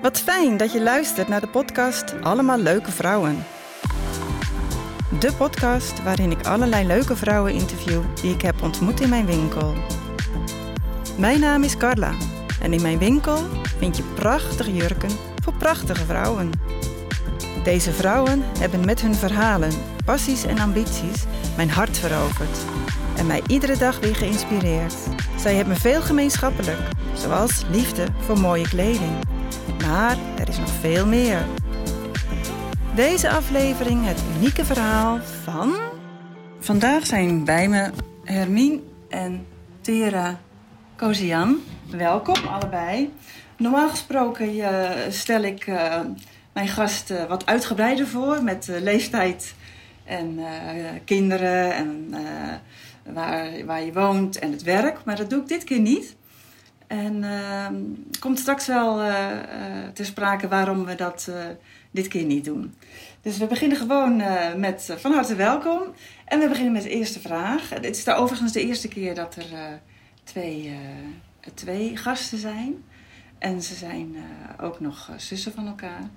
Wat fijn dat je luistert naar de podcast Allemaal Leuke Vrouwen. De podcast waarin ik allerlei leuke vrouwen interview die ik heb ontmoet in mijn winkel. Mijn naam is Carla en in mijn winkel vind je prachtige jurken voor prachtige vrouwen. Deze vrouwen hebben met hun verhalen, passies en ambities mijn hart veroverd en mij iedere dag weer geïnspireerd. Zij hebben veel gemeenschappelijk, zoals liefde voor mooie kleding. Maar er is nog veel meer. Deze aflevering het unieke verhaal van... Vandaag zijn bij me Hermine en Tera Kozian. Welkom allebei. Normaal gesproken stel ik mijn gast wat uitgebreider voor met leeftijd en kinderen en waar je woont en het werk. Maar dat doe ik dit keer niet. En komt straks wel ter sprake waarom we dat dit keer niet doen. Dus we beginnen gewoon met van harte welkom. En we beginnen met de eerste vraag. Dit is overigens de eerste keer dat er twee gasten zijn. En ze zijn ook nog zussen van elkaar.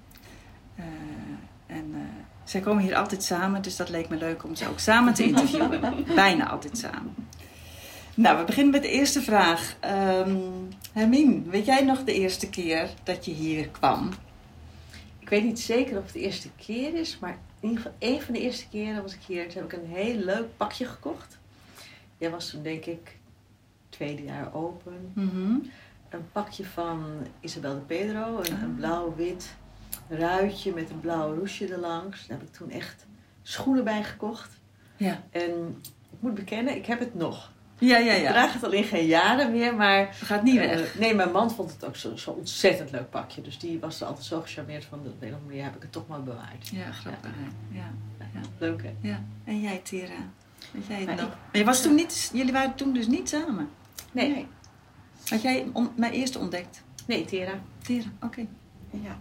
Zij komen hier altijd samen, dus dat leek me leuk om ze ook samen te interviewen. Bijna altijd samen. Nou, we beginnen met de eerste vraag. Hermine, weet jij nog de eerste keer dat je hier kwam? Ik weet niet zeker of het de eerste keer is, maar in ieder geval één van de eerste keren was ik hier. Toen heb ik een heel leuk pakje gekocht. Jij was toen denk ik 2e jaar open. Mm-hmm. Een pakje van Isabel de Pedro, een blauw-wit ruitje met een blauw roesje erlangs. Daar heb ik toen echt schoenen bij gekocht. Ja. En ik moet bekennen, ik heb het nog. Ja. Ik draag het al in geen jaren meer, maar... Het gaat niet weg. Nee, mijn man vond het ook zo ontzettend leuk pakje. Dus die was er altijd zo gecharmeerd van. Op de een of andere manier heb ik het toch maar bewaard. Ja, grappig. Ja. Leuk hè? Ja. En jij, Tera? Weet jij het nog? Maar je was toen niet, jullie waren toen dus niet samen? Nee. Had jij mij eerst ontdekt? Nee, Tera. Tera, oké. Ja.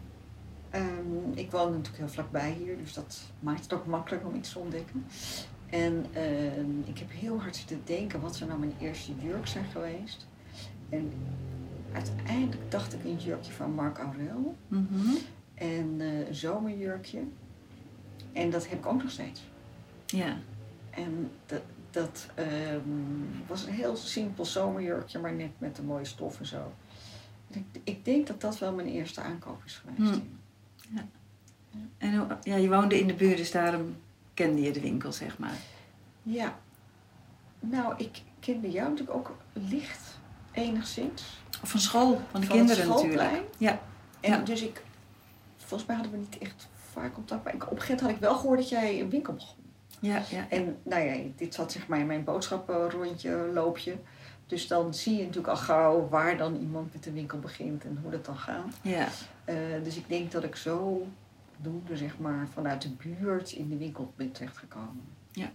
Ik woonde natuurlijk heel vlakbij hier, dus dat maakt het ook makkelijk om iets te ontdekken. En ik heb heel hard zitten denken wat zou nou mijn eerste jurk zijn geweest. En uiteindelijk dacht ik een jurkje van Marc Aurèle. Mm-hmm. En een zomerjurkje. En dat heb ik ook nog steeds. Ja. En dat was een heel simpel zomerjurkje, maar net met een mooie stof en zo. Ik denk dat dat wel mijn eerste aankoop is geweest. Ja. En je woonde in de buurt, dus daarom kende je de winkel, zeg maar. Ja. Nou, ik kende jou natuurlijk ook licht, enigszins. Of van school, van de Van kinderen het schoolplein. natuurlijk. Ja. En dus volgens mij hadden we niet echt vaak contact. Maar op een gegeven moment had ik wel gehoord dat jij een winkel begon. Ja. En nou ja, dit zat zeg maar in mijn boodschappenrondje, loopje. Dus dan zie je natuurlijk al gauw waar dan iemand met de winkel begint en hoe dat dan gaat. Ja. Dus ik denk dat ik zo doende zeg maar vanuit de buurt in de winkel ben terechtgekomen. Ja.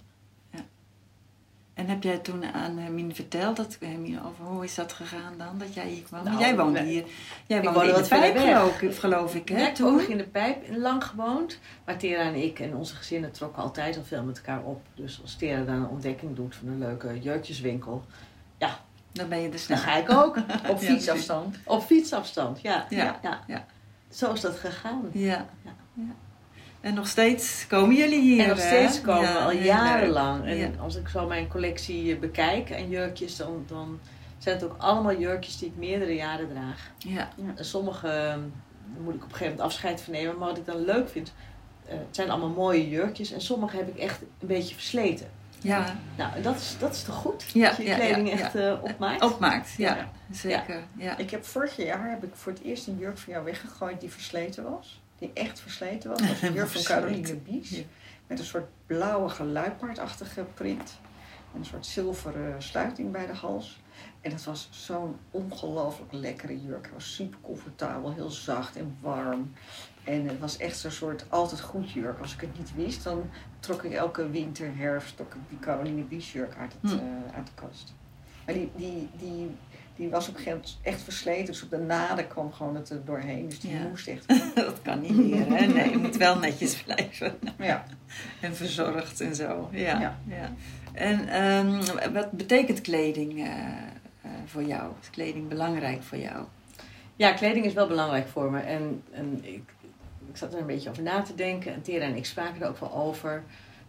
En heb jij toen aan Hermine verteld, over hoe is dat gegaan dan, dat jij hier kwam? Nou, jij woonde hier. Jij ik woonde in woonde de wat Pijp, verder geloof ik, hè? Ja, ik toen? heb in de Pijp lang gewoond. Maar Tera en ik en onze gezinnen trokken altijd al veel met elkaar op. Dus als Tera dan een ontdekking doet van een leuke jurkjeswinkel, ja, Dan ben je er dan snel. ga ik ook. Op fietsafstand. Op fietsafstand, ja. Ja. Zo is dat gegaan. Ja. En nog steeds komen jullie hier, En nog steeds komen we al heel jarenlang. leuk. En als ik zo mijn collectie bekijk en jurkjes, dan zijn het ook allemaal jurkjes die ik meerdere jaren draag. Ja. En sommige moet ik op een gegeven moment afscheid van nemen. Maar wat ik dan leuk vind, het zijn allemaal mooie jurkjes. En sommige heb ik echt een beetje versleten. Ja. Nou, dat is toch goed? Ja, dat je je kleding echt opmaakt? Opmaakt, ja. Zeker. Ja. Ik heb vorig jaar heb ik voor het eerst een jurk van jou weggegooid die versleten was. Die echt versleten was. Dat was een jurk van Caroline Bies. Ja. Met een soort blauwe luipaardachtige print. En een soort zilveren sluiting bij de hals. En dat was zo'n ongelooflijk lekkere jurk. Hij was super comfortabel, heel zacht en warm. En het was echt zo'n soort altijd goed jurk. Als ik het niet wist, dan trok ik elke winter, herfst die Caroline Bies jurk uit de kast. Maar die was op een gegeven moment echt versleten. Dus op de naden kwam gewoon het er doorheen. Dus die moest echt. Dat kan niet meer, hè? Nee, je moet wel netjes blijven. Ja. En verzorgd en zo. Ja. En wat betekent kleding voor jou? Is kleding belangrijk voor jou? Ja, kleding is wel belangrijk voor me. En ik zat er een beetje over na te denken. En Tera en ik spraken er ook wel over.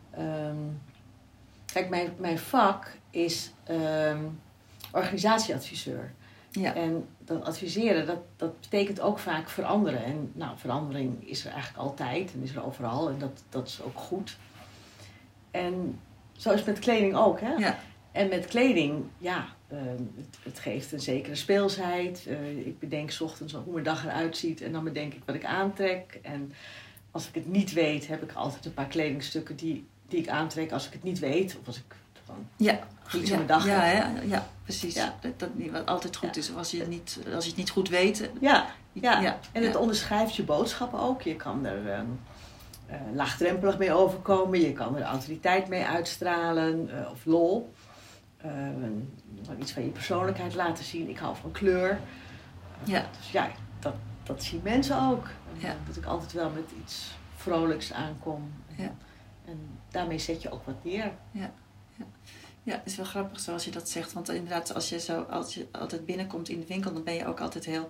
Kijk, mijn vak is organisatieadviseur. Ja. En dat adviseren, dat betekent ook vaak veranderen. En nou, verandering is er eigenlijk altijd en is er overal. En dat is ook goed. En zo is het met kleding ook, hè? Ja. En met kleding, ja, het geeft een zekere speelsheid. Ik bedenk 's ochtends hoe mijn dag eruit ziet en dan bedenk ik wat ik aantrek. En als ik het niet weet, heb ik altijd een paar kledingstukken die ik aantrek als ik het niet weet. Of als ik gewoon iets in mijn dag heb. Ja, precies. Ja. Dat wat altijd goed is. Als je het niet goed weet. Ja. Ja. En het onderschrijft je boodschappen ook. Je kan er laagdrempelig mee overkomen. Je kan er autoriteit mee uitstralen. Of lol. Iets van je persoonlijkheid laten zien. Ik hou van kleur. Ja. Dus ja, dat zien mensen ook. Ja. Dat ik altijd wel met iets vrolijks aankom. Ja. En daarmee zet je ook wat neer. Ja, het is wel grappig zoals je dat zegt. Want inderdaad, als je altijd binnenkomt in de winkel, dan ben je ook altijd heel...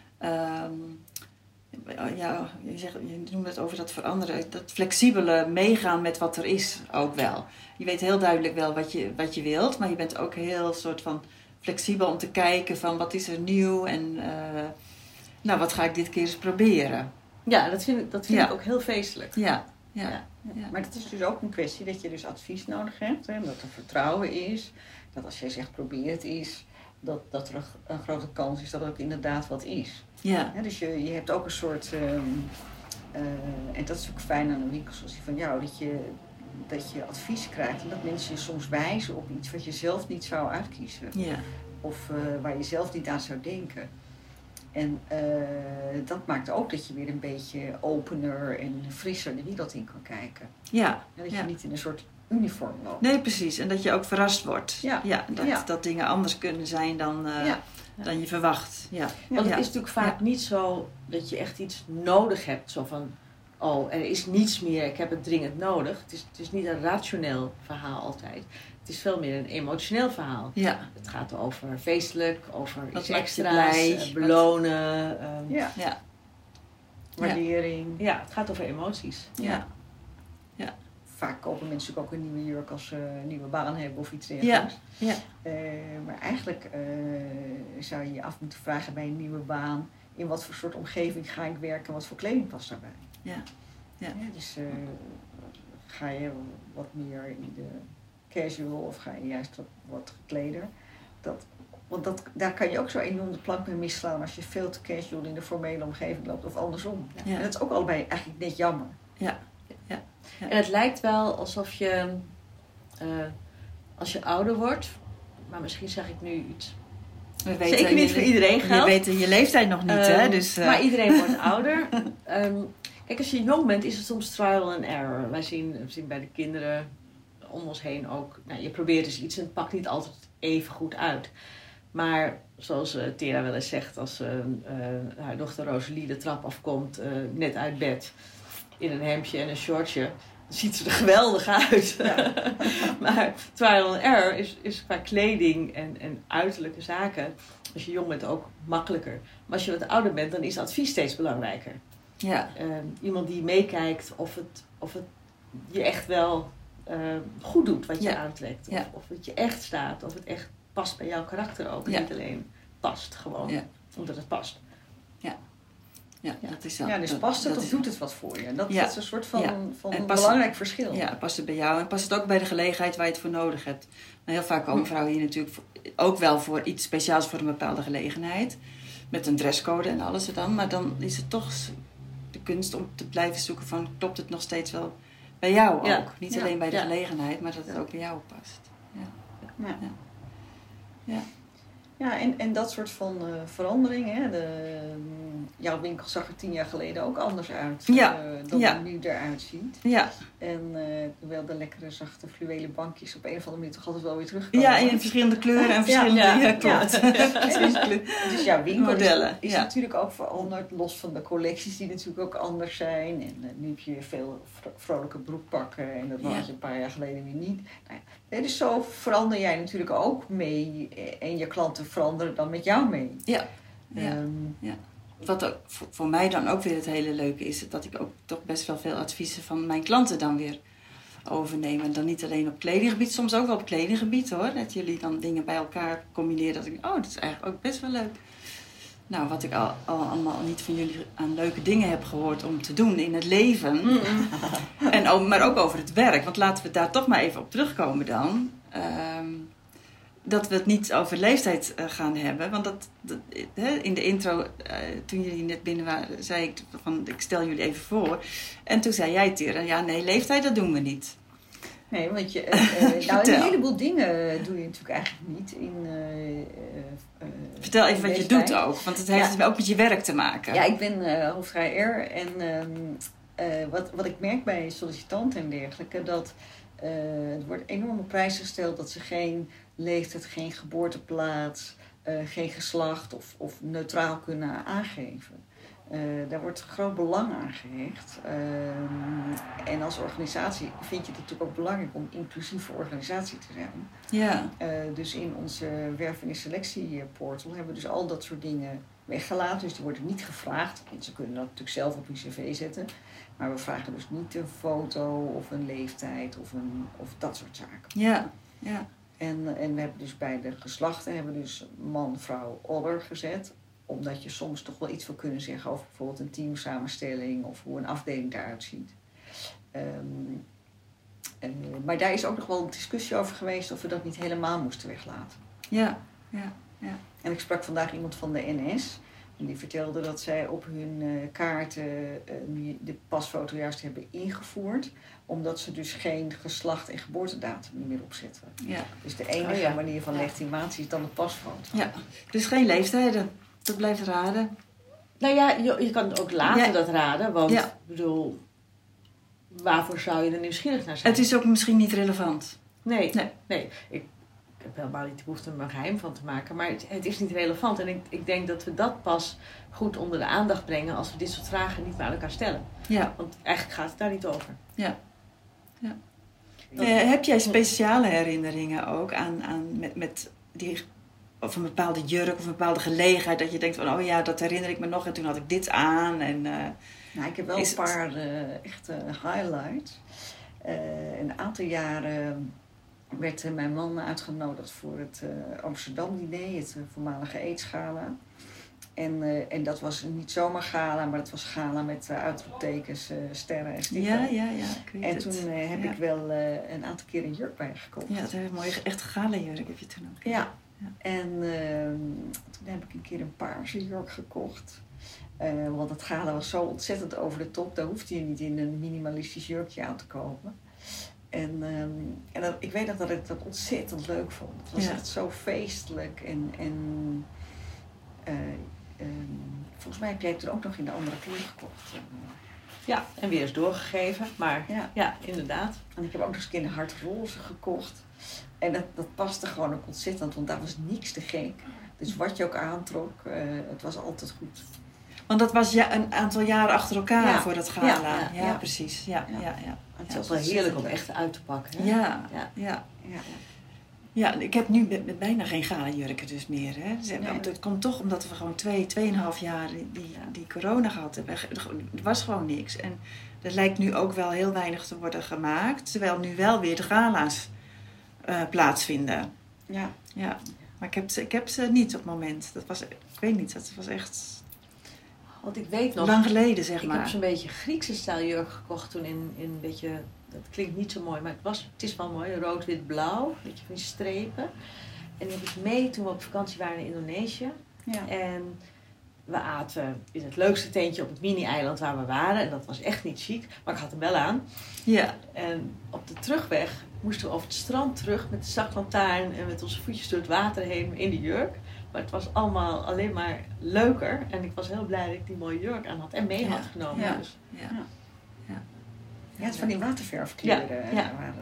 je noemt het over dat veranderen. Dat flexibele meegaan met wat er is ook wel. Je weet heel duidelijk wel wat je wilt. Maar je bent ook heel soort van flexibel om te kijken van wat is er nieuw. En wat ga ik dit keer eens proberen. Ja, dat vind ik ook heel feestelijk. Ja. Maar het is dus ook een kwestie dat je dus advies nodig hebt. Hè? Dat er vertrouwen is. Dat als jij zegt probeer het eens. Dat er een grote kans is dat er ook inderdaad wat is. Ja. Dus je hebt ook een soort... en dat is ook fijn aan een winkel zoals die van jou. Dat je advies krijgt. En dat mensen je soms wijzen op iets wat je zelf niet zou uitkiezen. Ja. Of waar je zelf niet aan zou denken. En dat maakt ook dat je weer een beetje opener en frisser de wereld in kan kijken. Ja. En dat je niet in een soort uniform loopt. Nee, precies. En dat je ook verrast wordt. Ja. Dat dingen anders kunnen zijn dan je verwacht. Ja. Want het is natuurlijk vaak niet zo dat je echt iets nodig hebt. Zo van, oh, er is niets meer, ik heb het dringend nodig. Het is niet een rationeel verhaal altijd. Het is veel meer een emotioneel verhaal. Ja. Het gaat over feestelijk, over dat iets maakt extra's, je blij. belonen. Waardering. Ja, het gaat over emoties. Ja. Vaak kopen mensen ook een nieuwe jurk als ze een nieuwe baan hebben of iets dergelijks. Ja. Maar eigenlijk zou je je af moeten vragen bij een nieuwe baan... in wat voor soort omgeving ga ik werken en wat voor kleding past daarbij. Ja. Dus ga je wat meer in de casual of ga je juist wat gekleder. Daar kan je ook zo enorm de plank mee misslaan als je veel te casual in de formele omgeving loopt of andersom. Ja. En dat is ook allebei eigenlijk net jammer. Ja. En het lijkt wel alsof je, als je ouder wordt, maar misschien zeg ik nu iets. Zeker niet voor iedereen geldt. Je weet je leeftijd nog niet, hè? Dus, Maar iedereen wordt ouder. Kijk, als je jong bent is het soms trial and error. Wij zien bij de kinderen om ons heen ook. Nou, je probeert dus iets en het pakt niet altijd even goed uit. Maar zoals Tera wel eens zegt, als haar dochter Rosalie de trap afkomt, net uit bed, in een hemdje en een shortje, dan ziet ze er geweldig uit. Ja. Maar trial and error is qua kleding en uiterlijke zaken, als je jong bent ook makkelijker. Maar als je wat ouder bent, dan is advies steeds belangrijker. Ja. Iemand die meekijkt of het je echt wel goed doet wat je aantrekt. Of het je echt staat, of het echt past bij jouw karakter ook. Ja. Niet alleen past, gewoon omdat het past. Ja, dat is zo. Ja, dus past het of doet het wat voor je? Dat is een soort van een past belangrijk verschil. Ja, past het bij jou en past het ook bij de gelegenheid waar je het voor nodig hebt. Maar heel vaak komen vrouwen hier natuurlijk ook wel voor iets speciaals voor een bepaalde gelegenheid. Met een dresscode en alles er dan. Maar dan is het toch de kunst om te blijven zoeken van klopt het nog steeds wel bij jou ook. Niet alleen bij de gelegenheid, maar dat het ook bij jou past. Ja, en dat soort van veranderingen. Jouw winkel zag er 10 jaar geleden ook anders uit dan het nu eruit ziet. Ja. En terwijl de lekkere zachte fluwelen bankjes op een of andere manier toch altijd wel weer terugkomen. Ja, in verschillende kleuren en verschillende... klopt. Dus jouw winkel modellen is natuurlijk ook veranderd, los van de collecties die natuurlijk ook anders zijn. En nu heb je veel vrolijke broekpakken en dat had je een paar jaar geleden weer niet. Dus zo verander jij natuurlijk ook mee en je klanten veranderen dan met jou mee. Ja. Ja. Wat ook voor mij dan ook weer het hele leuke is, dat ik ook toch best wel veel adviezen van mijn klanten dan weer overneem. En dan niet alleen op kledinggebied, soms ook wel op kledinggebied hoor. Dat jullie dan dingen bij elkaar combineren. Dat ik dat is eigenlijk ook best wel leuk. Nou, wat ik al allemaal niet van jullie aan leuke dingen heb gehoord om te doen in het leven. Maar ook over het werk. Want laten we daar toch maar even op terugkomen dan. Dat we het niet over leeftijd gaan hebben. Want in de intro, toen jullie net binnen waren, zei ik van ik stel jullie even voor. En toen zei jij Tira, ja nee, leeftijd dat doen we niet. Nee, want een heleboel dingen doe je natuurlijk eigenlijk niet in vertel even wat je doet ook, want het heeft ook met je werk te maken. Ja, ik ben hoofd HR en wat ik merk bij sollicitanten en dergelijke, dat er wordt enorm op prijs gesteld dat ze geen leeftijd, geen geboorteplaats, geen geslacht of neutraal kunnen aangeven. Daar wordt groot belang aan gehecht. En als organisatie vind je het natuurlijk ook belangrijk om inclusieve organisatie te zijn. Ja. Dus in onze werving- en selectieportal hebben we dus al dat soort dingen weggelaten. Dus die worden niet gevraagd. Mensen kunnen dat natuurlijk zelf op hun cv zetten. Maar we vragen dus niet een foto of een leeftijd of dat soort zaken. Ja. En we hebben dus bij de geslachten hebben we dus man, vrouw, other gezet. Omdat je soms toch wel iets wil kunnen zeggen over bijvoorbeeld een teamsamenstelling of hoe een afdeling eruit ziet. Maar daar is ook nog wel een discussie over geweest of we dat niet helemaal moesten weglaten. Ja. En ik sprak vandaag iemand van de NS. En die vertelde dat zij op hun kaarten de pasfoto juist hebben ingevoerd. Omdat ze dus geen geslacht en geboortedatum meer opzetten. Ja. Dus de enige manier van legitimatie is dan de pasfoto. Ja, dus geen leeftijden. Dat blijft raden. Nou ja, je kan het ook later dat raden. Want ik bedoel, waarvoor zou je er nieuwsgierig naar zijn? Het is ook misschien niet relevant. Nee. Ik heb helemaal niet de behoefte om er geheim van te maken. Maar het is niet relevant. En ik denk dat we dat pas goed onder de aandacht brengen als we dit soort vragen niet meer aan elkaar stellen. Ja. Want eigenlijk gaat het daar niet over. Ja. Heb jij speciale herinneringen ook aan met die, of een bepaalde jurk of een bepaalde gelegenheid dat je denkt van oh ja, dat herinner ik me nog en toen had ik dit aan en nou, ik heb wel een paar echte highlights. Een aantal jaren werd mijn man uitgenodigd voor het Amsterdam-diner, het voormalige AIDS-gala. En dat was niet zomaar gala, maar dat was gala met uitroeptekens, sterren en stippen. Ja, ik weet en het. toen heb ik wel een aantal keer een jurk bij gekocht. Ja, dat is een mooie, echt gala-jurk heb je toen ook. Ja. En toen heb ik een keer een paarse jurk gekocht. Want het gala was zo ontzettend over de top. Daar hoefde je niet in een minimalistisch jurkje aan te komen. En ik weet nog dat ik dat ontzettend leuk vond. Het was echt zo feestelijk. En volgens mij heb jij het er ook nog in de andere kleur gekocht. Ja, en weer eens doorgegeven. Maar ja, inderdaad. En ik heb ook nog eens een keer een hardroze gekocht. En dat paste gewoon ook ontzettend, want daar was niks te gek. Dus wat je ook aantrok, het was altijd goed. Want dat was een aantal jaren achter elkaar voor dat gala. Ja, precies. Ja. Het is wel heerlijk om echt uit te pakken. Hè? Ja, ik heb nu bijna geen gala-jurken dus meer. Hè. Het komt toch omdat we gewoon 2,5 jaar die corona gehad hebben. Er was gewoon niks. En er lijkt nu ook wel heel weinig te worden gemaakt. Terwijl nu wel weer de gala's plaatsvinden. Ja. Maar ik heb ze niet op het moment. Ik weet niet, dat was echt want ik weet nog, lang geleden zeg maar. Ik heb zo'n beetje Griekse stijljurk gekocht toen in een beetje, dat klinkt niet zo mooi, maar het is wel mooi, rood, wit, blauw, een beetje van die strepen. En die heb ik mee toen we op vakantie waren in Indonesië. Ja. En we aten in het leukste tentje op het mini-eiland waar we waren. En dat was echt niet chic, maar ik had hem wel aan. Ja. En op de terugweg moesten we over het strand terug met de zaklantaarn en met onze voetjes door het water heen in die jurk. Maar het was allemaal alleen maar leuker. En ik was heel blij dat ik die mooie jurk aan had en mee had genomen. Ja, dus. Ja, het van die waterverfkleuren.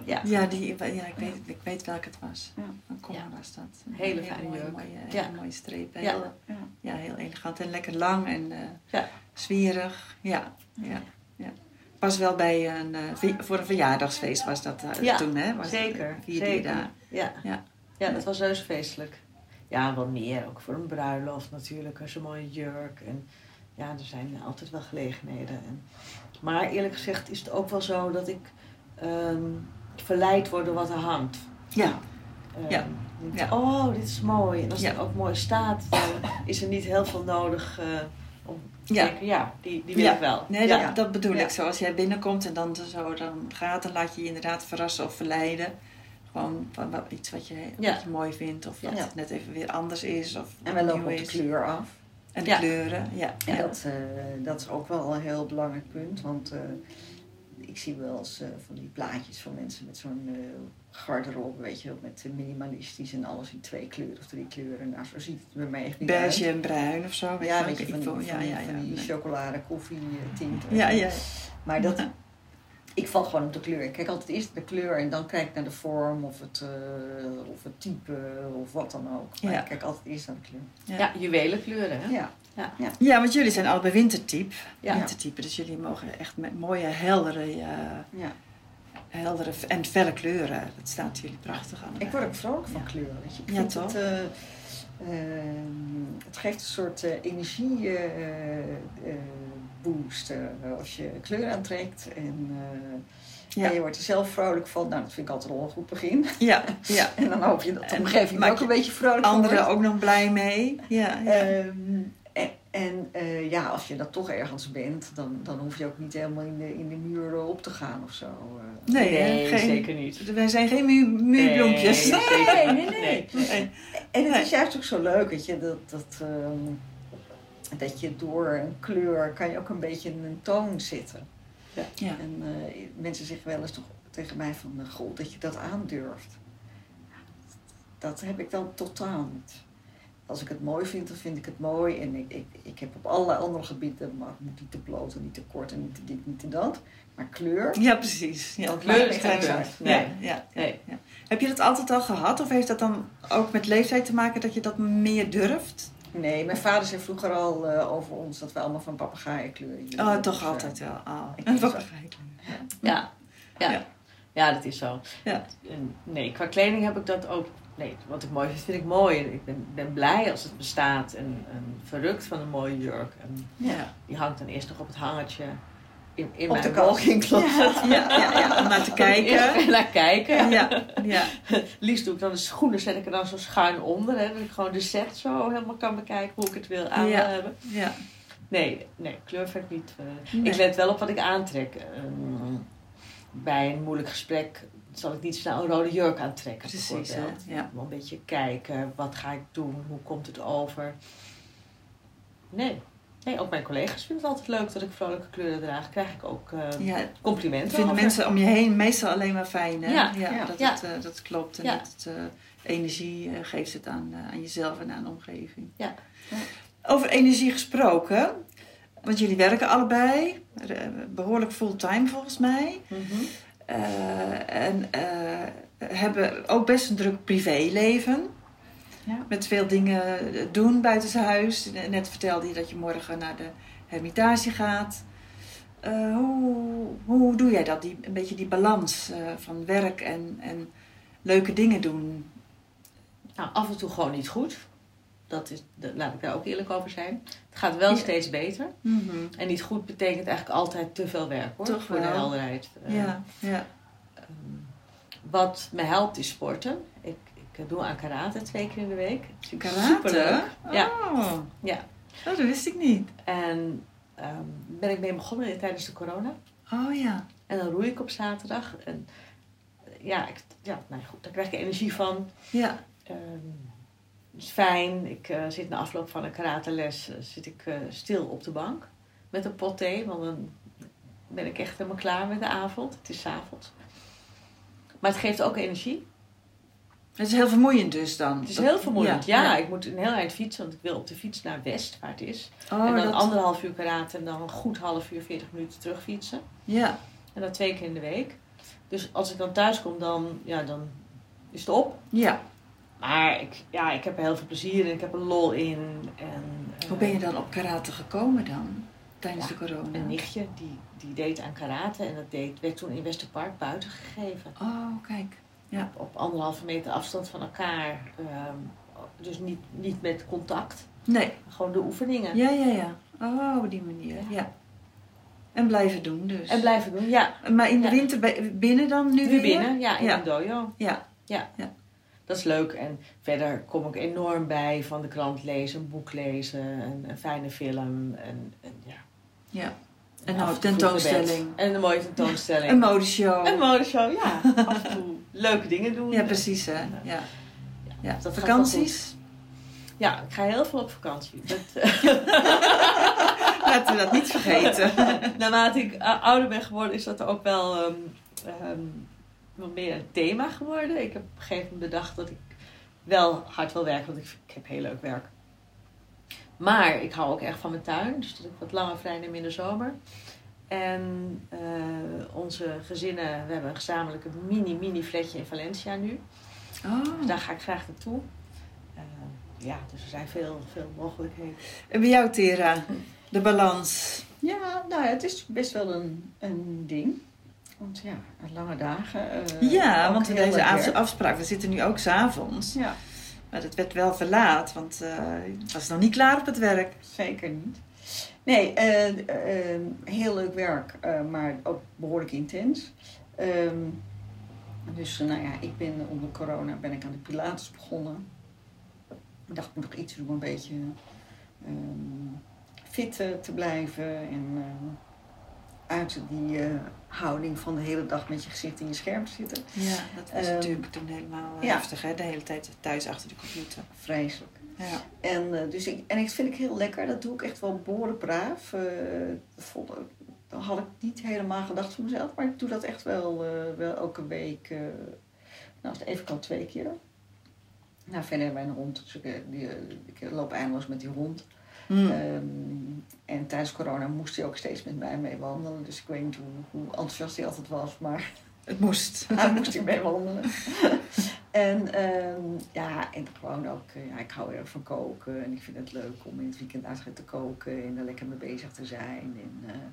Ik weet welke het was. Van Coma was dat. Een hele fijne jurk. Mooie strepen. Heel elegant en lekker lang en zwierig. Ja. Pas wel bij voor een verjaardagsfeest was dat toen, hè? Zeker. 4 dagen. Ja, dat was reuze feestelijk. Ja, wel meer. Ook voor een bruiloft natuurlijk. Zo'n mooie jurk. En ja, er zijn altijd wel gelegenheden. Maar eerlijk gezegd is het ook wel zo dat ik verleid word door wat er hangt. Ja. Ja. Oh, dit is mooi. En als het Ja. ook mooi staat, dan is er niet heel veel nodig om te denken, die wil ik wel. Nee, Ja. dat bedoel ik. Zoals jij binnenkomt en dan gaat, dan laat je je inderdaad verrassen of verleiden. Gewoon van iets wat je mooi vindt of wat net even weer anders is. Of En wij lopen nieuw op de is. kleur af. En de kleuren, En dat is ook wel een heel belangrijk punt. Want ik zie wel eens van die plaatjes van mensen met zo'n garderobe, weet je wel, met minimalistisch en alles in 2 kleuren of 3 kleuren. Nou, zo ziet het bij mij echt niet uit. Beige en bruin of zo. Ja, weet je, van die chocolade, koffie tint. Ja. Maar dat... Ik val gewoon op de kleur. Ik kijk altijd eerst naar de kleur en dan kijk ik naar de vorm of het type of wat dan ook. Maar ik kijk altijd eerst naar de kleur. Ja, juwelenkleuren, hè? Ja, want jullie zijn allebei wintertype. Ja. Wintertype, dus jullie mogen echt met mooie, heldere en felle kleuren. Dat staat jullie prachtig aan. Ik word ook vrolijk van kleuren, weet je. Ik vind toch? Het geeft een soort energie boost als je kleur aantrekt en je wordt er zelf vrolijk van. Nou, dat vind ik altijd al een goed begin. Ja. En dan hoop je dat de omgeving ook een beetje vrolijk van anderen wordt. ook nog blij mee. Als je dat toch ergens bent, dan hoef je ook niet helemaal in de muren op te gaan of zo. Nee, zeker niet. Wij zijn geen muurbloempjes. Nee. En het is juist ook zo leuk, weet je, dat je door een kleur kan je ook een beetje in een toon zitten. Ja. En mensen zeggen wel eens toch tegen mij van, goh, dat je dat aandurft. Dat heb ik dan totaal niet. Als ik het mooi vind, dan vind ik het mooi. En ik heb op allerlei andere gebieden, maar het moet niet te bloot en niet te kort en niet te dit, niet te dat. Maar kleur... Ja, precies. Ja, kleur is geen uit. Nee. Heb je dat altijd al gehad? Of heeft dat dan ook met leeftijd te maken dat je dat meer durft? Nee, mijn vader zei vroeger al over ons dat we allemaal van papegaaienkleur hielden. Oh, toch altijd wel. Een papegaaienkleur. Ja, dat is zo. Ja. Nee, qua kleding heb ik dat ook... Nee, wat ik mooi vind ik mooi. Ik ben blij als het bestaat en verrukt van een mooie jurk. En die hangt dan eerst nog op het hangertje in op mijn de Calvin Klein. Om naar te kijken. Eerst naar kijken. Ja. Liefst doe ik dan de schoenen, zet ik er dan zo schuin onder. Hè, dat ik gewoon de set zo helemaal kan bekijken hoe ik het wil aan wil hebben. Ja. Nee, kleur vind ik niet. Ik let wel op wat ik aantrek. Bij een moeilijk gesprek zal ik niet snel een rode jurk aantrekken. Precies, ja. Een beetje kijken, wat ga ik doen, hoe komt het over. Nee, ook mijn collega's vinden het altijd leuk dat ik vrolijke kleuren draag. Krijg ik ook complimenten vinden over. Mensen om je heen meestal alleen maar fijn. Hè? Dat het klopt en dat het energie geeft het aan jezelf en aan de omgeving. Ja. Over energie gesproken, want jullie werken allebei, behoorlijk fulltime volgens mij. Mm-hmm. Hebben ook best een druk privéleven. Ja. Met veel dingen doen buitenshuis. Net vertelde je dat je morgen naar de Hermitage gaat. Hoe doe jij dat? Een beetje die balans van werk en leuke dingen doen? Nou, af en toe gewoon niet goed. Laat ik daar ook eerlijk over zijn. Het gaat wel steeds beter. Mm-hmm. En niet goed betekent eigenlijk altijd te veel werk, hoor. Toch voor wel. De helderheid. Ja. Wat me helpt is sporten. Ik doe aan karate 2 keer in de week. Karate? Superleuk. Ja. Oh, dat wist ik niet. En ben ik mee begonnen tijdens de corona. Oh ja. En dan roei ik op zaterdag. En goed, daar krijg ik energie van. Ja. Het is fijn. Ik zit na afloop van een karateles stil op de bank. Met een pot thee. Want dan ben ik echt helemaal klaar met de avond. Het is 's avonds. Maar het geeft ook energie. Het is heel vermoeiend dus dan? Het is heel vermoeiend, ja. Ik moet een heel eind fietsen, want ik wil op de fiets naar West, waar het is. En dan 1,5 uur karate en dan een goed half uur, 40 minuten terugfietsen. Ja. En dat 2 keer in de week. Dus als ik dan thuis kom, dan is het op. Ja. Maar ik heb er heel veel plezier in, ik heb er lol in. Hoe ben je dan op karate gekomen dan, tijdens de corona? Een nichtje, die deed aan karate en dat werd toen in Westerpark buiten gegeven. Oh, kijk. Ja. Op 1,5 meter afstand van elkaar. Dus niet met contact. Nee. Gewoon de oefeningen. Ja. Oh, op die manier. Ja. En blijven doen dus. En blijven doen, ja. Maar in de winter binnen dan nu weer? Binnen, ja, in een dojo. Ja. Dat is leuk. En verder kom ik enorm bij van de krant lezen, een boek lezen, een fijne film. En Ja. En nou, tentoonstelling. En een mooie tentoonstelling. Een modeshow. Een modeshow, ja. Af en toe leuke dingen doen. Ja, precies hè. Ja. Dat Vakanties? Ja, ik ga heel veel op vakantie. Laten we dat niet vergeten. Naarmate ik ouder ben geworden is dat ook wel wat meer een thema geworden. Ik heb op een gegeven moment bedacht dat ik wel hard wil werken, want ik heb heel leuk werk. Maar ik hou ook echt van mijn tuin, dus dat ik wat langer vrij neem in de zomer. En onze gezinnen, we hebben een gezamenlijke mini flatje in Valencia nu. Oh. Dus daar ga ik graag naartoe. Dus er zijn veel mogelijkheden. En bij jou, Tera, de balans? Ja, nou ja, het is best wel een ding. Want ja, lange dagen. Want deze afspraak, we zitten nu ook 's avonds. Ja. Maar het werd wel verlaat, want het was nog niet klaar op het werk. Zeker niet. Nee, heel leuk werk, maar ook behoorlijk intens. Dus ik ben onder corona ben ik aan de Pilates begonnen. Ik dacht, ik moet nog iets doen om een beetje fit te blijven. En uit die houding van de hele dag met je gezicht in je scherm te zitten. Ja, dat was natuurlijk toen helemaal heftig, hè? De hele tijd thuis achter de computer. Vreselijk. Ja. En ik vind ik heel lekker. Dat doe ik echt wel behoorlijk braaf. Dat had ik niet helemaal gedacht van mezelf. Maar ik doe dat echt wel elke week. Als het even kan 2 keer. Nou, verder hebben wij een hond. Dus ik loop eindeloos met die hond. En tijdens corona moest hij ook steeds met mij mee wandelen. Dus ik weet niet hoe enthousiast hij altijd was. Maar het moest. Hij moest hier mee wandelen. En gewoon ook, ik hou erg van koken. En ik vind het leuk om in het weekend uit te koken. En er lekker mee bezig te zijn. En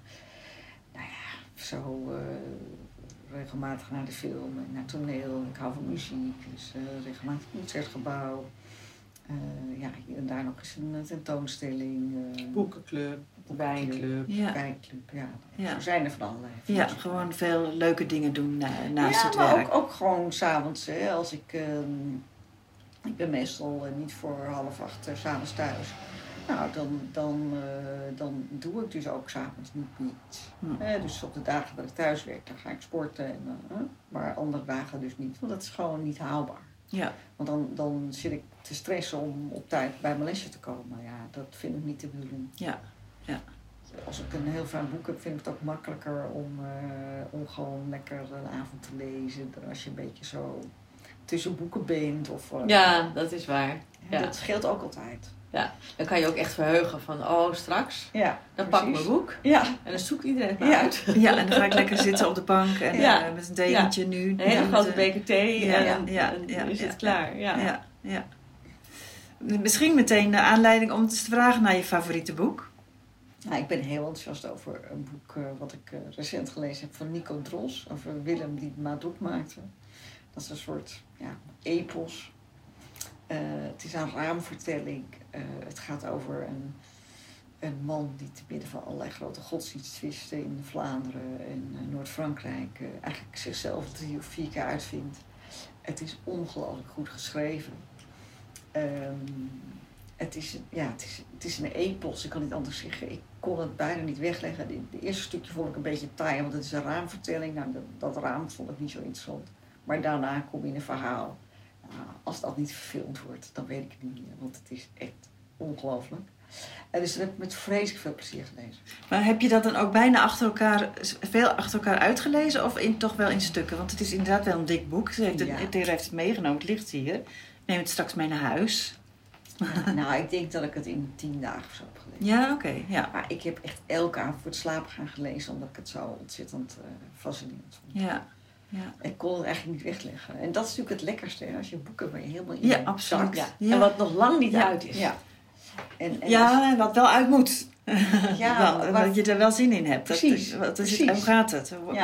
regelmatig naar de film en naar toneel. Ik hou van muziek. Dus regelmatig een concertgebouw. Hier en daar nog eens een tentoonstelling. Boekenclub, wijnclub. Wijnclub, ja. Zo zijn er van allerlei. Ja, gewoon veel leuke dingen doen naast het maar werk. Ook gewoon 's avonds, als ik ben meestal niet voor 7:30 s'avonds thuis. Nou, dan doe ik dus ook 's avonds niet iets. Dus op de dagen dat ik thuis werk, dan ga ik sporten. Maar andere dagen dus niet, want dat is gewoon niet haalbaar. Ja. Want dan zit ik te stressen om op tijd bij mijn lesje te komen. Ja, dat vind ik niet te bedoelen. Ja. Als ik een heel fijn boek heb, vind ik het ook makkelijker om gewoon lekker een avond te lezen. Dan als je een beetje zo tussen boeken bent. Ja, dat is waar. Ja. Dat scheelt ook altijd. Ja, dan kan je ook echt verheugen van, straks. Ja, dan pak ik mijn boek. Ja. En dan zoekt iedereen het maar uit. Ja, en dan ga ik lekker zitten op de bank en met een dekentje nu. Een hele grote beker thee en is het klaar. Ja. Misschien meteen de aanleiding om eens te vragen naar je favoriete boek. Nou, ik ben heel enthousiast over een boek wat ik recent gelezen heb van Nico Drost. Over Willem die Madoc maakte. Dat is een soort epos. Het is een raamvertelling. Het gaat over een man die te midden van allerlei grote godsdiensttwisten in Vlaanderen en Noord-Frankrijk eigenlijk zichzelf 3 of 4 keer uitvindt. Het is ongelooflijk goed geschreven. Het is een epos, ik kan niet anders zeggen. Ik kon het bijna niet wegleggen. De eerste stukje vond ik een beetje taai, want het is een raamvertelling. Nou, dat raam vond ik niet zo interessant. Maar daarna kom je in een verhaal. Als dat niet verfilmd wordt, dan weet ik het niet meer. Want het is echt ongelooflijk. En dus dat heb ik met vreselijk veel plezier gelezen. Maar heb je dat dan ook bijna veel achter elkaar uitgelezen? Of toch wel in stukken? Want het is inderdaad wel een dik boek. Tera heeft het meegenomen, het ligt hier. Neem het straks mee naar huis. Ik denk dat ik het in 10 dagen of zo heb gelezen. Ja, oké. Ja. Maar ik heb echt elke avond voor het slapen gaan gelezen. Omdat ik het zo ontzettend fascinerend vond. Ja. Ik kon het eigenlijk niet wegleggen. En dat is natuurlijk het lekkerste. Hè? Als je boeken waar je helemaal in absoluut. zakt. Ja. En wat nog lang niet uit is. Ja. En wat wel uit moet. Ja, dat je er wel zin in hebt. Precies. Hoe gaat het? Ja.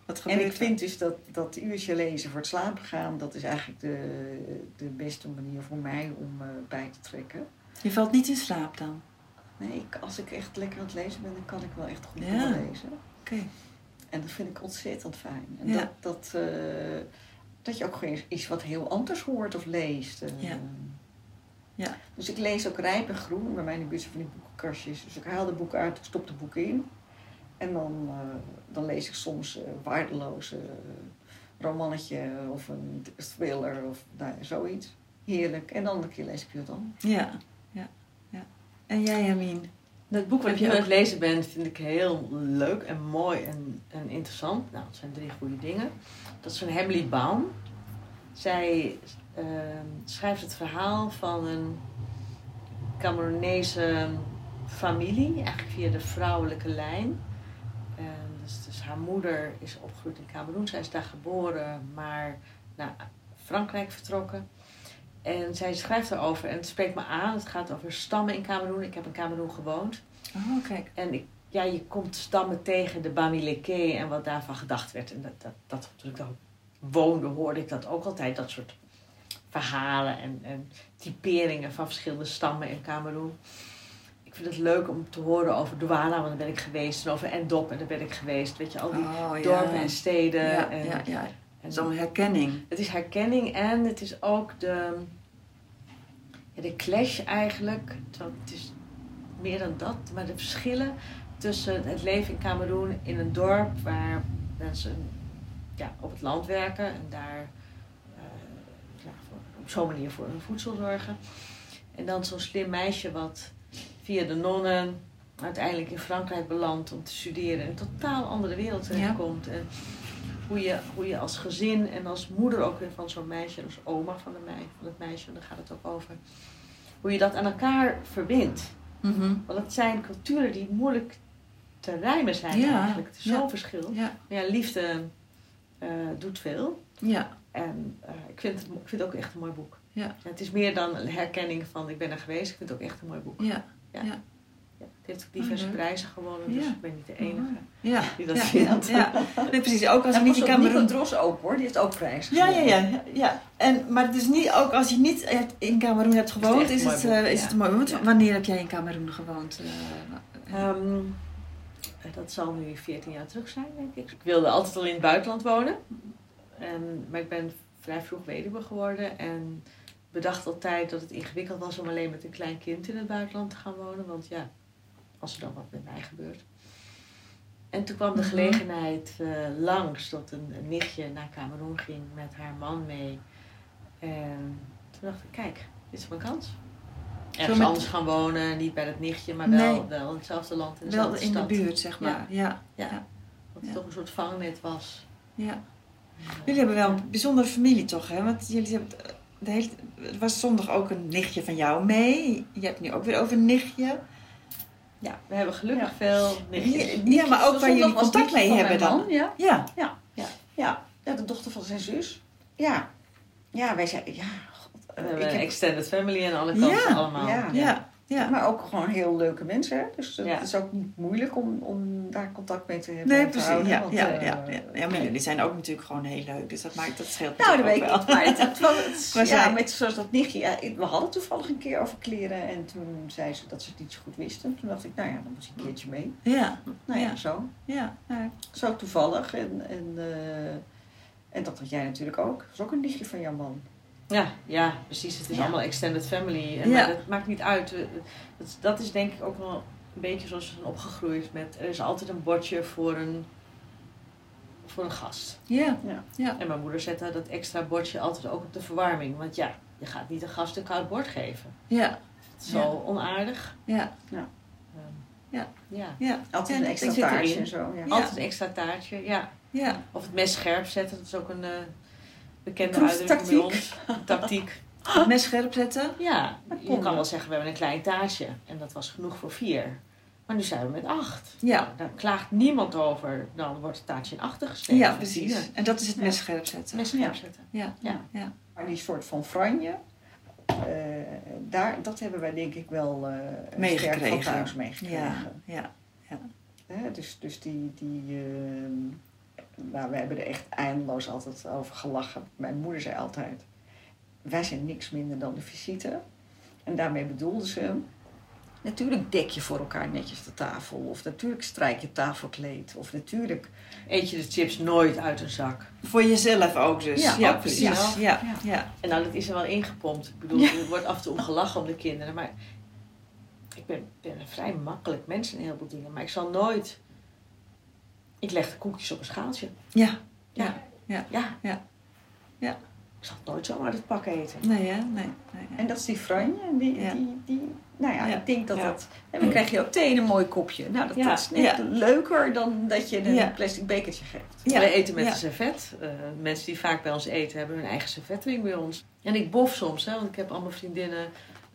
Wat En gebeurt ik vind dus dat uurtje lezen voor het slapen gaan, dat is eigenlijk de beste manier voor mij om bij te trekken. Je valt niet in slaap dan? Nee, als ik echt lekker aan het lezen ben, dan kan ik wel echt goed doorlezen. Oké. En dat vind ik ontzettend fijn. En Ja. dat je ook gewoon iets wat heel anders hoort of leest. Ja. Ja. Dus ik lees ook Rijp en Groen. Bij mij in de buurt zijn van die boekenkastjes. Dus ik haal de boek uit, ik stop de boek in. En dan lees ik soms waardeloze romannetje of een thriller of zoiets. Heerlijk. En dan een keer lees ik weer dan. Ja. En jij, Jamien? Het boek wat Heb ik je nu aan ook- het lezen ben, vind ik heel leuk en mooi en interessant. Nou, het zijn 3 goede dingen. Dat is van Emily Baum. Zij schrijft het verhaal van een Cameroonese familie, eigenlijk via de vrouwelijke lijn. Dus haar moeder is opgegroeid in Cameroen. Zij is daar geboren, maar naar Frankrijk vertrokken. En zij schrijft erover en het spreekt me aan. Het gaat over stammen in Cameroen. Ik heb in Cameroen gewoond. Oh, kijk. En je komt stammen tegen, de Bamileke en wat daarvan gedacht werd. En dat toen ik daar woonde, hoorde ik dat ook altijd. Dat soort verhalen en typeringen van verschillende stammen in Cameroen. Ik vind het leuk om te horen over Douala, want daar ben ik geweest. En over Endop, en daar ben ik geweest. Weet je, al die dorpen en steden. Ja, en, ja. en Zo'n herkenning. het is herkenning en het is ook de clash eigenlijk. Het is meer dan dat, maar de verschillen tussen het leven in Cameroen in een dorp waar mensen op het land werken en daar op zo'n manier voor hun voedsel zorgen. En dan zo'n slim meisje wat via de nonnen uiteindelijk in Frankrijk belandt om te studeren en een totaal andere wereld terechtkomt. En hoe je als gezin en als moeder ook weer van zo'n meisje, als oma van het meisje, daar gaat het ook over. Hoe je dat aan elkaar verbindt. Mm-hmm. Want het zijn culturen die moeilijk te rijmen zijn eigenlijk. Het is zo'n verschil. Ja. Maar ja, liefde doet veel. Ja. En ik vind het ook echt een mooi boek. Ja. Het is meer dan een herkenning van ik ben er geweest. Ik vind het ook echt een mooi boek. Ja. Ja, het heeft ook diverse prijzen gewonnen, dus ik ben niet de enige Ja. die dat vindt. Ja. Nee, precies. Ook als je niet in Nico Cameroen... Dros ook hoor, die heeft ook prijzen Ja. Maar het is niet, ook als je niet in Cameroen hebt gewoond, is het een mooi boek. Ja. Wanneer heb jij in Cameroen gewoond? Dat zal nu 14 jaar terug zijn, denk ik. Ik wilde altijd al in het buitenland wonen. Maar ik ben vrij vroeg weduwe geworden. En bedacht altijd dat het ingewikkeld was om alleen met een klein kind in het buitenland te gaan wonen. Want ja, als er dan wat met mij gebeurt. En toen kwam de gelegenheid langs dat een nichtje naar Cameroen ging met haar man mee. En toen dacht ik, kijk, dit is mijn kans. Ergens anders gaan wonen, niet bij dat nichtje, maar wel in hetzelfde land, in dezelfde wel in stad. de buurt, zeg maar. Ja. Dat het toch een soort vangnet was. Jullie hebben wel een bijzondere familie toch, hè? Want jullie hebben er was zondag ook een nichtje van jou mee. Je hebt nu ook weer over een nichtje. Ja, we hebben gelukkig veel nichtjes. Ja, maar ook waar jullie contact mee hebben dan. Man, ja. Ja. Ja, de dochter van zijn zus. Ja, wij zeiden, We hebben een extended family aan alle kanten allemaal. Ja. Maar ook gewoon heel leuke mensen. Hè? Dus het Ja. is ook niet moeilijk om daar contact mee te hebben. Nee, te precies. houden, Ja, want, maar jullie zijn ook natuurlijk gewoon heel leuk. Dus dat scheelt Nou, dat weet natuurlijk ik ook niet. wel. Maar met zoals dat nichtje. Ja, we hadden toevallig een keer over kleren. En toen zei ze dat ze het niet zo goed wisten. Toen dacht ik, nou ja, dan moet ik een keertje mee. Ja. Nou ja, Ja. zo. Ja. Zo toevallig. En dat had jij natuurlijk ook. Dat is ook een nichtje van jouw man. Ja, precies. Het is allemaal extended family. Ja. Maar dat maakt niet uit. Dat is denk ik ook wel een beetje zoals we zijn opgegroeid. Er is altijd een bordje voor een gast. Ja. En mijn moeder zette dat extra bordje altijd ook op de verwarming. Want ja, je gaat niet een gast een koud bord geven. Ja. Zo onaardig. Ja. Altijd En een extra ik zit taartje erin. en zo. Ja. Altijd een extra taartje, ja. Ja. Of het mes scherp zetten, dat is ook een bekende Proeftactiek. uitdrukking bij ons. Tactiek. Het mes scherp zetten. Ja, je kon kan wel. wel zeggen, we hebben een klein taartje. En dat was genoeg voor 4. Maar nu zijn we met 8. Ja. Nou, daar klaagt niemand over. Dan wordt het taartje in 8 gesneden. Ja, precies. En dat is het mes scherp zetten. Mes scherp zetten. Ja. Maar die soort van franje, dat hebben wij denk ik wel sterk van Meegekregen. thuis meegekregen. Ja. Hè, dus die Nou, we hebben er echt eindeloos altijd over gelachen. Mijn moeder zei altijd, wij zijn niks minder dan de visite. En daarmee bedoelde ze, natuurlijk dek je voor elkaar netjes de tafel. Of natuurlijk strijk je tafelkleed. Of natuurlijk Eet je de chips nooit uit een zak. Voor jezelf ook dus. Ja, Ja, ook precies. jezelf. Ja. En nou, dat is er wel ingepompt. Ik bedoel, er wordt af en toe om gelachen om de kinderen. Maar ik ben een vrij makkelijk mens in heel veel dingen. Maar ik zal nooit... Ik leg de koekjes op een schaaltje. Ja. Ik zal nooit zomaar uit het pak eten. Nee, hè? Nee. En dat is die franje. Nou ja, Ja. ik denk dat Ja. dat... En dan krijg je ook thee in een mooi kopje. Nou, dat is net leuker dan dat je een plastic bekertje geeft. Ja. Wij eten met Ja. een servet. Mensen die vaak bij ons eten hebben hun eigen servetring bij ons. En ik bof soms, hè, want ik heb allemaal vriendinnen...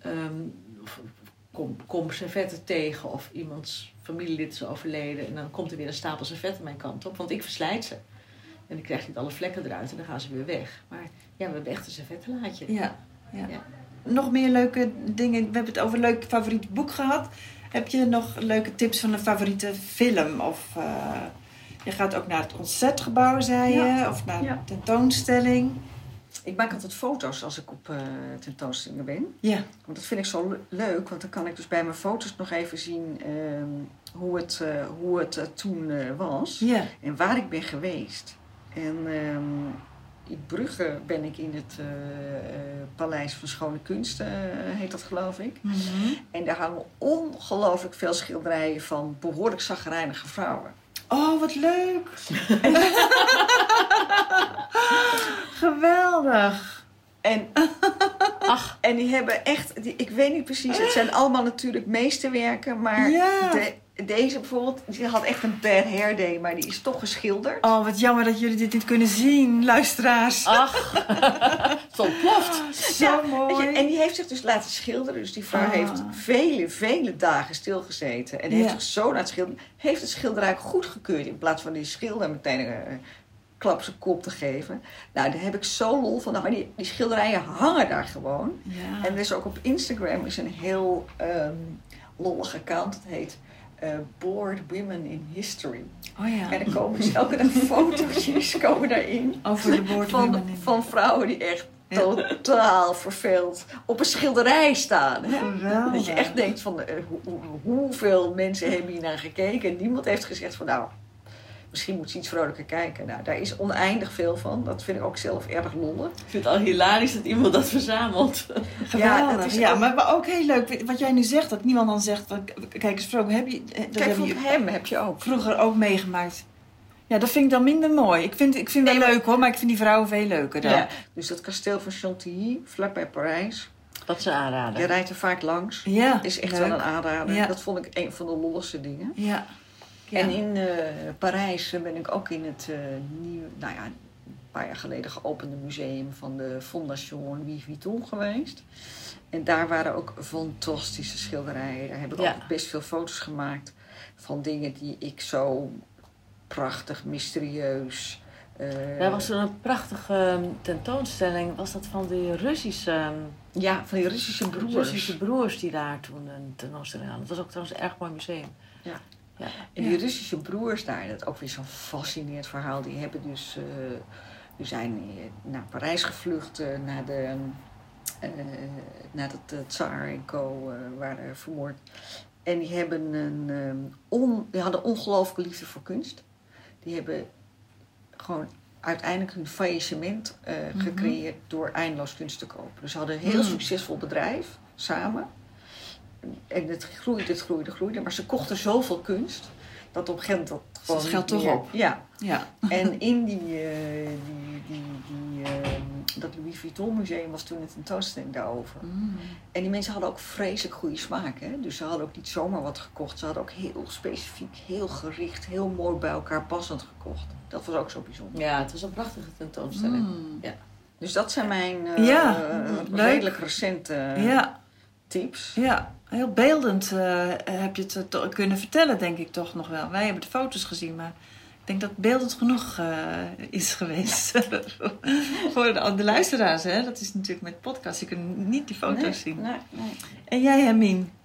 kom servetten tegen of iemands familielid is overleden. En dan komt er weer een stapel servetten mijn kant op. Want ik verslijt ze. En dan krijg je alle vlekken eruit en dan gaan ze weer weg. Maar ja, we hebben echt een servettenlaadje. Ja. Ja. Nog meer leuke dingen. We hebben het over een leuk favoriet boek gehad. Heb je nog leuke tips van een favoriete film? Of je gaat ook naar het Concertgebouw, zei je? Ja. Of naar Ja. een tentoonstelling? Ik maak altijd foto's als ik op tentoonstellingen ben. Ja. Want dat vind ik zo leuk. Want dan kan ik dus bij mijn foto's nog even zien hoe het toen was. Ja. En waar ik ben geweest. En in Brugge ben ik in het Paleis van Schone Kunsten, heet dat geloof ik. Mm-hmm. En daar hangen ongelooflijk veel schilderijen van behoorlijk chagrijnige vrouwen. Oh, wat leuk! Geweldig! En die hebben echt, ik weet niet precies, het zijn allemaal natuurlijk meesterwerken, maar Ja. deze bijvoorbeeld, die had echt een bad hair day, maar die is toch geschilderd. Oh, wat jammer dat jullie dit niet kunnen zien, luisteraars. Ach, het ontploft. Zo mooi. Weet je, en die heeft zich dus laten schilderen. Dus die vrouw Ah. heeft vele dagen stilgezeten. En heeft zich zo laten schilderen. Heeft het schilderij goedgekeurd. In plaats van die schilder meteen een klap zijn kop te geven. Nou, daar heb ik zo lol van. Maar die schilderijen hangen daar gewoon. Ja. En er is ook op Instagram is een heel lollig account. Het heet Bored Women in History. Oh ja. En dan komen dus elke dag fotootjes komen daarin. Over de boordwomen. Van vrouwen die echt totaal verveeld op een schilderij staan. Hè? Geweldig. Dat je echt denkt van hoeveel mensen hebben hier naar gekeken. En niemand heeft gezegd van nou, misschien moet ze iets vrolijker kijken. Nou, daar is oneindig veel van. Dat vind ik ook zelf erg lollig. Ik vind het al hilarisch dat iemand dat verzamelt. Geweldig. dat is Ja, ook- maar ook heel leuk wat jij nu zegt. Dat niemand dan zegt, van, kijk eens vrolijk, heb je... Dat Kijk, heb van je hem heb je ook. vroeger ook meegemaakt. Ja, dat vind ik dan minder mooi. Ik vind wel Nee, maar- leuk hoor, maar ik vind die vrouwen veel leuker dan. Ja, dus dat kasteel van Chantilly, vlakbij Parijs. Dat ze aanraden. Je rijdt er vaak langs. Ja, Is echt leuk. wel een aanrader. Ja. Dat vond ik een van de lolligste dingen. Ja. Ja. En in Parijs ben ik ook in het een paar jaar geleden geopende museum van de Fondation Louis Vuitton geweest. En daar waren ook fantastische schilderijen. Daar heb ik Ja. ook best veel foto's gemaakt van dingen die ik zo prachtig, mysterieus... Daar was er een prachtige tentoonstelling. Was dat van de Russische van die Russische broers. die daar toen een tentoonstelling hadden. Dat was ook trouwens een erg mooi museum. Ja. Ja. En die Russische broers daar, dat is ook weer zo'n fascinerend verhaal. Die hebben dus, die zijn naar Parijs gevlucht, nadat de Tsar en co waren vermoord. En die hebben die hadden ongelooflijke liefde voor kunst. Die hebben gewoon uiteindelijk hun faillissement gecreëerd door eindeloos kunst te kopen. Dus ze hadden een heel succesvol bedrijf samen. En het groeide. Maar ze kochten zoveel kunst dat op een gegeven moment dat gewoon het geld niet toch meer- op. Ja. Ja. En in dat Louis Vuitton museum was toen een tentoonstelling daarover. En die mensen hadden ook vreselijk goede smaak. Hè? Dus ze hadden ook niet zomaar wat gekocht. Ze hadden ook heel specifiek, heel gericht, heel mooi bij elkaar passend gekocht. Dat was ook zo bijzonder. Ja, het was een prachtige tentoonstelling. Dus dat zijn mijn leuk. redelijk recente Ja. tips. Ja, heel beeldend heb je het kunnen vertellen, denk ik toch nog wel. Wij hebben de foto's gezien, maar ik denk dat het beeldend genoeg is geweest. Voor de luisteraars, hè. Dat is natuurlijk met podcast, je kunt niet die foto's zien. Nee. En jij, Hermine?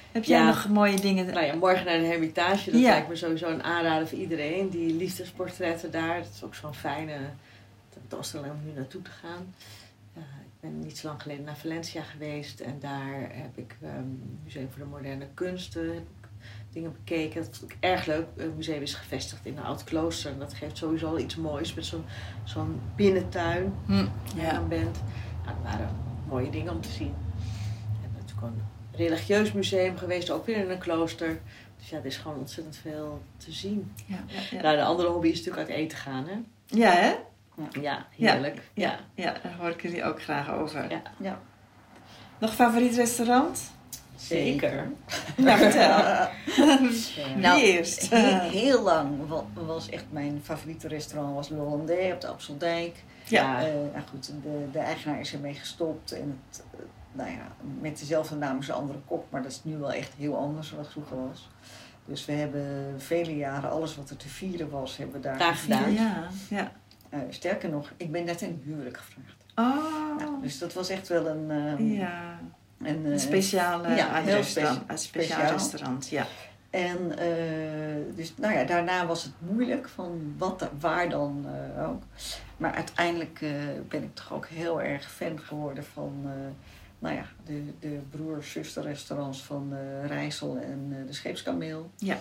Heb jij nog mooie dingen? Nou ja, morgen naar de Hermitage. Dat Ja. lijkt me sowieso een aanrader voor iedereen. Die liefdesportretten daar. Dat is ook zo'n fijne... Het was er lang om nu naartoe te gaan. Ik ben niet zo lang geleden naar Valencia geweest. En daar heb ik Museum voor de Moderne Kunsten heb ik dingen bekeken. Dat vond ik erg leuk. Het museum is gevestigd in een oud klooster. En dat geeft sowieso al iets moois. Met zo'n binnentuin waar je dan bent. Nou, dat waren mooie dingen om te zien. En natuurlijk een religieus museum geweest. Ook weer in een klooster. Dus ja, er is gewoon ontzettend veel te zien. Ja. Nou, de andere hobby is natuurlijk uit eten gaan, hè? Ja, hè? Ja, heerlijk. Ja, daar hoor ik jullie ook graag over. Ja. Nog favoriet restaurant? Zeker. Nou, vertel. Nou, Wie eerst? heel lang was echt mijn favoriete restaurant was Le Hollandais op de Apseldijk. Ja. Nou goed, de eigenaar is ermee gestopt. En het, met dezelfde naam is een andere kok. Maar dat is nu wel echt heel anders dan wat het vroeger was. Dus we hebben vele jaren alles wat er te vieren was, hebben we daar gedaan. Ja. Sterker nog, ik ben net in huwelijk gevraagd. Oh. Nou, dus dat was echt wel een speciale heel speciaal restaurant. Ja. En dus daarna was het moeilijk van waar dan ook. Maar uiteindelijk ben ik toch ook heel erg fan geworden van de broer-zuster-restaurants van Rijssel en de Scheepskameel. Ja.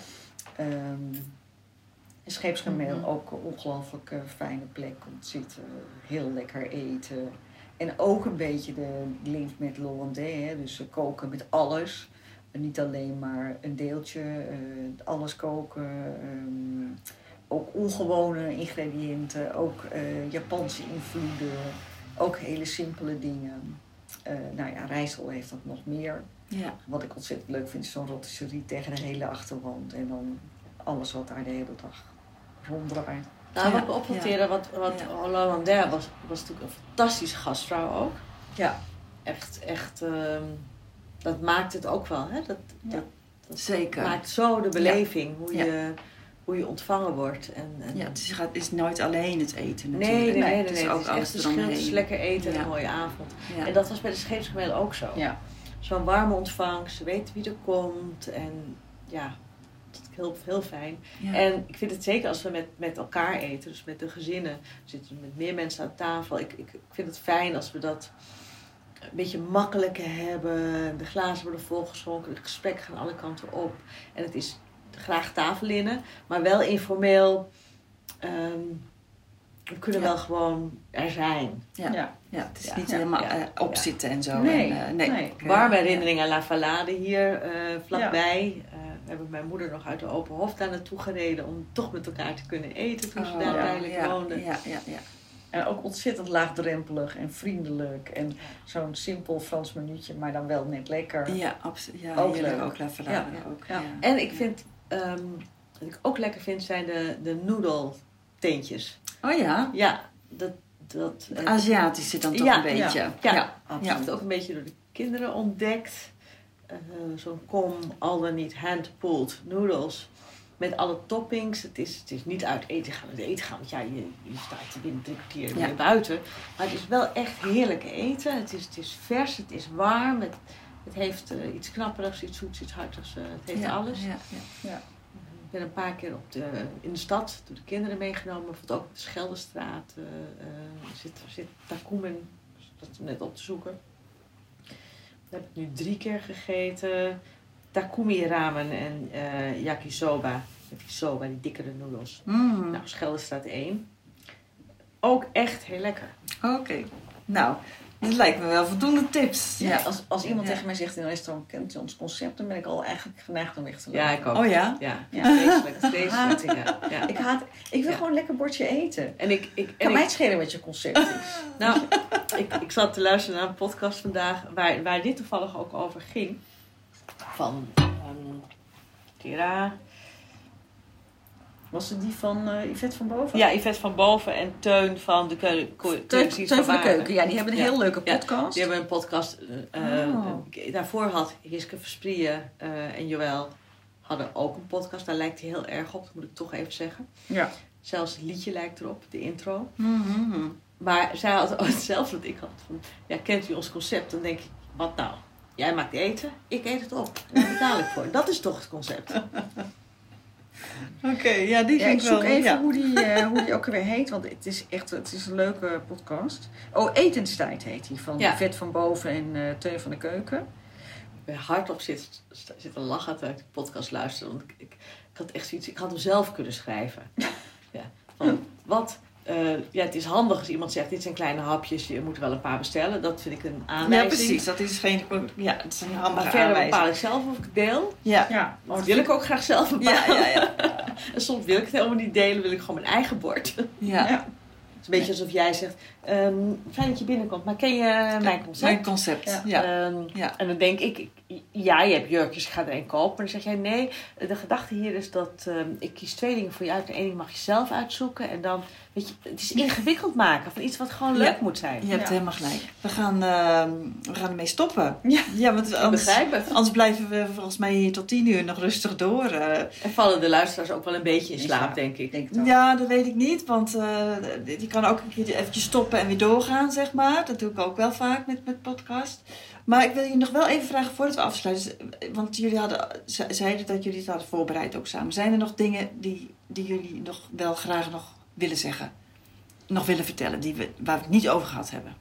De Scheepskameel ook een ongelooflijk fijne plek om te zitten. Heel lekker eten. En ook een beetje de link met Le Hollandais. Hè? Dus koken met alles. Niet alleen maar een deeltje. Alles koken. Ook ongewone ingrediënten. Ook Japanse invloeden. Ook hele simpele dingen. Rijssel heeft dat nog meer. Ja. Wat ik ontzettend leuk vind is zo'n rotisserie tegen de hele achterwand. En dan alles wat daar de hele dag ronddraait. Nou, wat me opvalteerde, wat Hollandais was natuurlijk een fantastische gastvrouw ook. Ja. Echt, dat maakt het ook wel, hè? Dat Zeker. maakt zo de beleving, hoe je ontvangen wordt. Het is nooit alleen het eten natuurlijk. Nee. Het is ook alles eromheen. Het is lekker eten en een mooie avond. Ja. En dat was bij de Scheepskameel ook zo. Ja. Zo'n warme ontvangst, ze weten wie er komt. En ja, dat is heel fijn. Ja. En ik vind het zeker als we met elkaar eten, dus met de gezinnen, zitten we met meer mensen aan tafel. Ik vind het fijn als we dat een beetje makkelijker hebben. De glazen worden volgeschonken, de gesprekken gaan alle kanten op. En het is graag tafellinnen, maar wel informeel. We kunnen wel gewoon er zijn. Ja, het is niet helemaal opzitten en zo. Nee. Warme herinneringen aan La Vallade hier vlakbij. We hebben mijn moeder nog uit de Open Hof daar naartoe gereden om toch met elkaar te kunnen eten toen ze daar tijdelijk woonden. Ja. En ook ontzettend laagdrempelig en vriendelijk. En zo'n simpel Frans minuutje, maar dan wel net lekker. Ja, absoluut. Ja, ook heerlijk, leuk. ook La Vallade. Ja. En ik vind, wat ik ook lekker vind, zijn de noedelteentjes. Oh ja? Ja, Het Aziatische dan toch een beetje. Ja. Ik heb het ook een beetje door de kinderen ontdekt. Zo'n kom al dan niet hand-pulled noodles. Met alle toppings. Het is niet uit eten gaan. Want ja, je staat binnen 3 kwartier weer buiten. Maar het is wel echt heerlijk eten. Het is vers, het is warm. Het heeft iets knapperigs, iets zoets, iets hartigs. Het heeft alles. Ja. Ik ben een paar keer in de stad door de kinderen meegenomen. Bijvoorbeeld ook op de Scheldestraat. Zit Takumen. Dat is net op te zoeken. Daar heb ik nu 3 keer gegeten. Takumi ramen en yakisoba. Yakisoba, die dikkere noedels. Nou, Scheldestraat 1. Ook echt heel lekker. Oké. Nou, dit lijkt me wel voldoende tips. Ja, als iemand tegen mij zegt in een restaurant, kent u ons concept, dan ben ik al eigenlijk geneigd om weg te lopen. Ja, ik ook. Oh ja? Ja, vreselijk. Ja. Ik wil gewoon een lekker bordje eten. En ik Kan mij het schelen wat je concept is. Nou, ik zat te luisteren naar een podcast vandaag waar dit toevallig ook over ging. Van Tira. Was het die van Yvette van Boven? Ja, Yvette van Boven en Teun van de Keuken. Teun van de Keuken, ja, die hebben een heel leuke podcast. Ja, die hebben een podcast. Daarvoor had Hiske Versprieën en Joël hadden ook een podcast. Daar lijkt hij heel erg op, dat moet ik toch even zeggen. Ja. Zelfs het liedje lijkt erop, de intro. Mm-hmm. Maar zij had hetzelfde wat ik had. Van, kent u ons concept? Dan denk ik, wat nou? jij maakt eten, ik eet het op. Daar betaal ik voor. Dat is toch het concept. Oké, ja, die Ja, vind ik ik wel... zoek even ja. hoe die ook weer heet, want het is een leuke podcast. Oh, Etenstijd heet die, van Vet van Boven en Teun van de Keuken. Ik ben hardop zitten lachen terwijl ik de podcast luisterde. Want ik had echt zoiets, ik had hem zelf kunnen schrijven. Ja, van, het is handig als iemand zegt, dit zijn kleine hapjes, je moet er wel een paar bestellen. Dat vind ik een aanwijzing. Ja, precies. Dat is geen... Ja, het is een handige Maar verder aanwijzing. bepaal ik zelf of ik het deel. Ja. Dat wil ik ook graag zelf bepalen. Ja. En soms wil ik het helemaal niet delen, wil ik gewoon mijn eigen bord. Ja. Het is een beetje alsof jij zegt, fijn dat je binnenkomt, maar ken je mijn concept? Mijn concept, ja. En dan denk ik, ja, je hebt jurkjes, ik ga er een kopen. Maar dan zeg jij, nee, de gedachte hier is dat ik kies 2 dingen voor je uit. De ene mag je zelf uitzoeken. En dan, weet je, het is ingewikkeld maken van iets wat gewoon leuk moet zijn. Je hebt helemaal gelijk. We gaan ermee stoppen. Ja, want anders blijven we volgens mij hier tot 10 uur nog rustig door. En vallen de luisteraars ook wel een beetje in slaap, denk ik. Ja, dat weet ik niet. Want je kan ook een keer eventjes stoppen en weer doorgaan, zeg maar. Dat doe ik ook wel vaak met podcast. Maar ik wil je nog wel even vragen voordat we afsluiten. Want jullie zeiden dat jullie het hadden voorbereid ook samen. Zijn er nog dingen die jullie nog wel graag nog willen zeggen? Nog willen vertellen, waar we het niet over gehad hebben?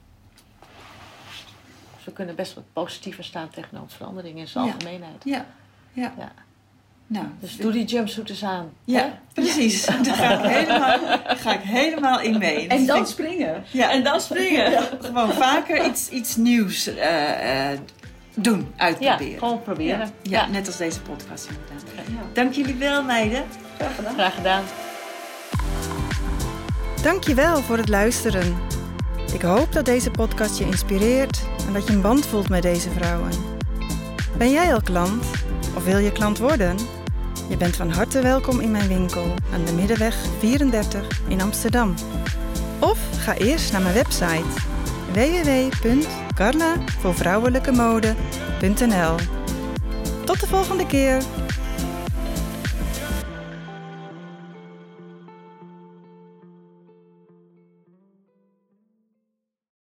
We kunnen best wat positiever staan tegenover verandering in zijn algemeenheid. Ja. Nou, dus doe die jumpsuit eens aan. Ja, hè? precies. Daar ga ik helemaal in mee. En dan springen. Ja, en dan springen. Ja. Gewoon vaker iets nieuws doen, uitproberen. Ja, gewoon proberen. Ja, net als deze podcast inderdaad. Ja. Dank jullie wel, meiden. Graag gedaan. Dank je wel voor het luisteren. Ik hoop dat deze podcast je inspireert en dat je een band voelt met deze vrouwen. Ben jij al klant of wil je klant worden? Je bent van harte welkom in mijn winkel aan de Middenweg 34 in Amsterdam. Of ga eerst naar mijn website www.carlavoorvrouwelijkemode.nl. Tot de volgende keer!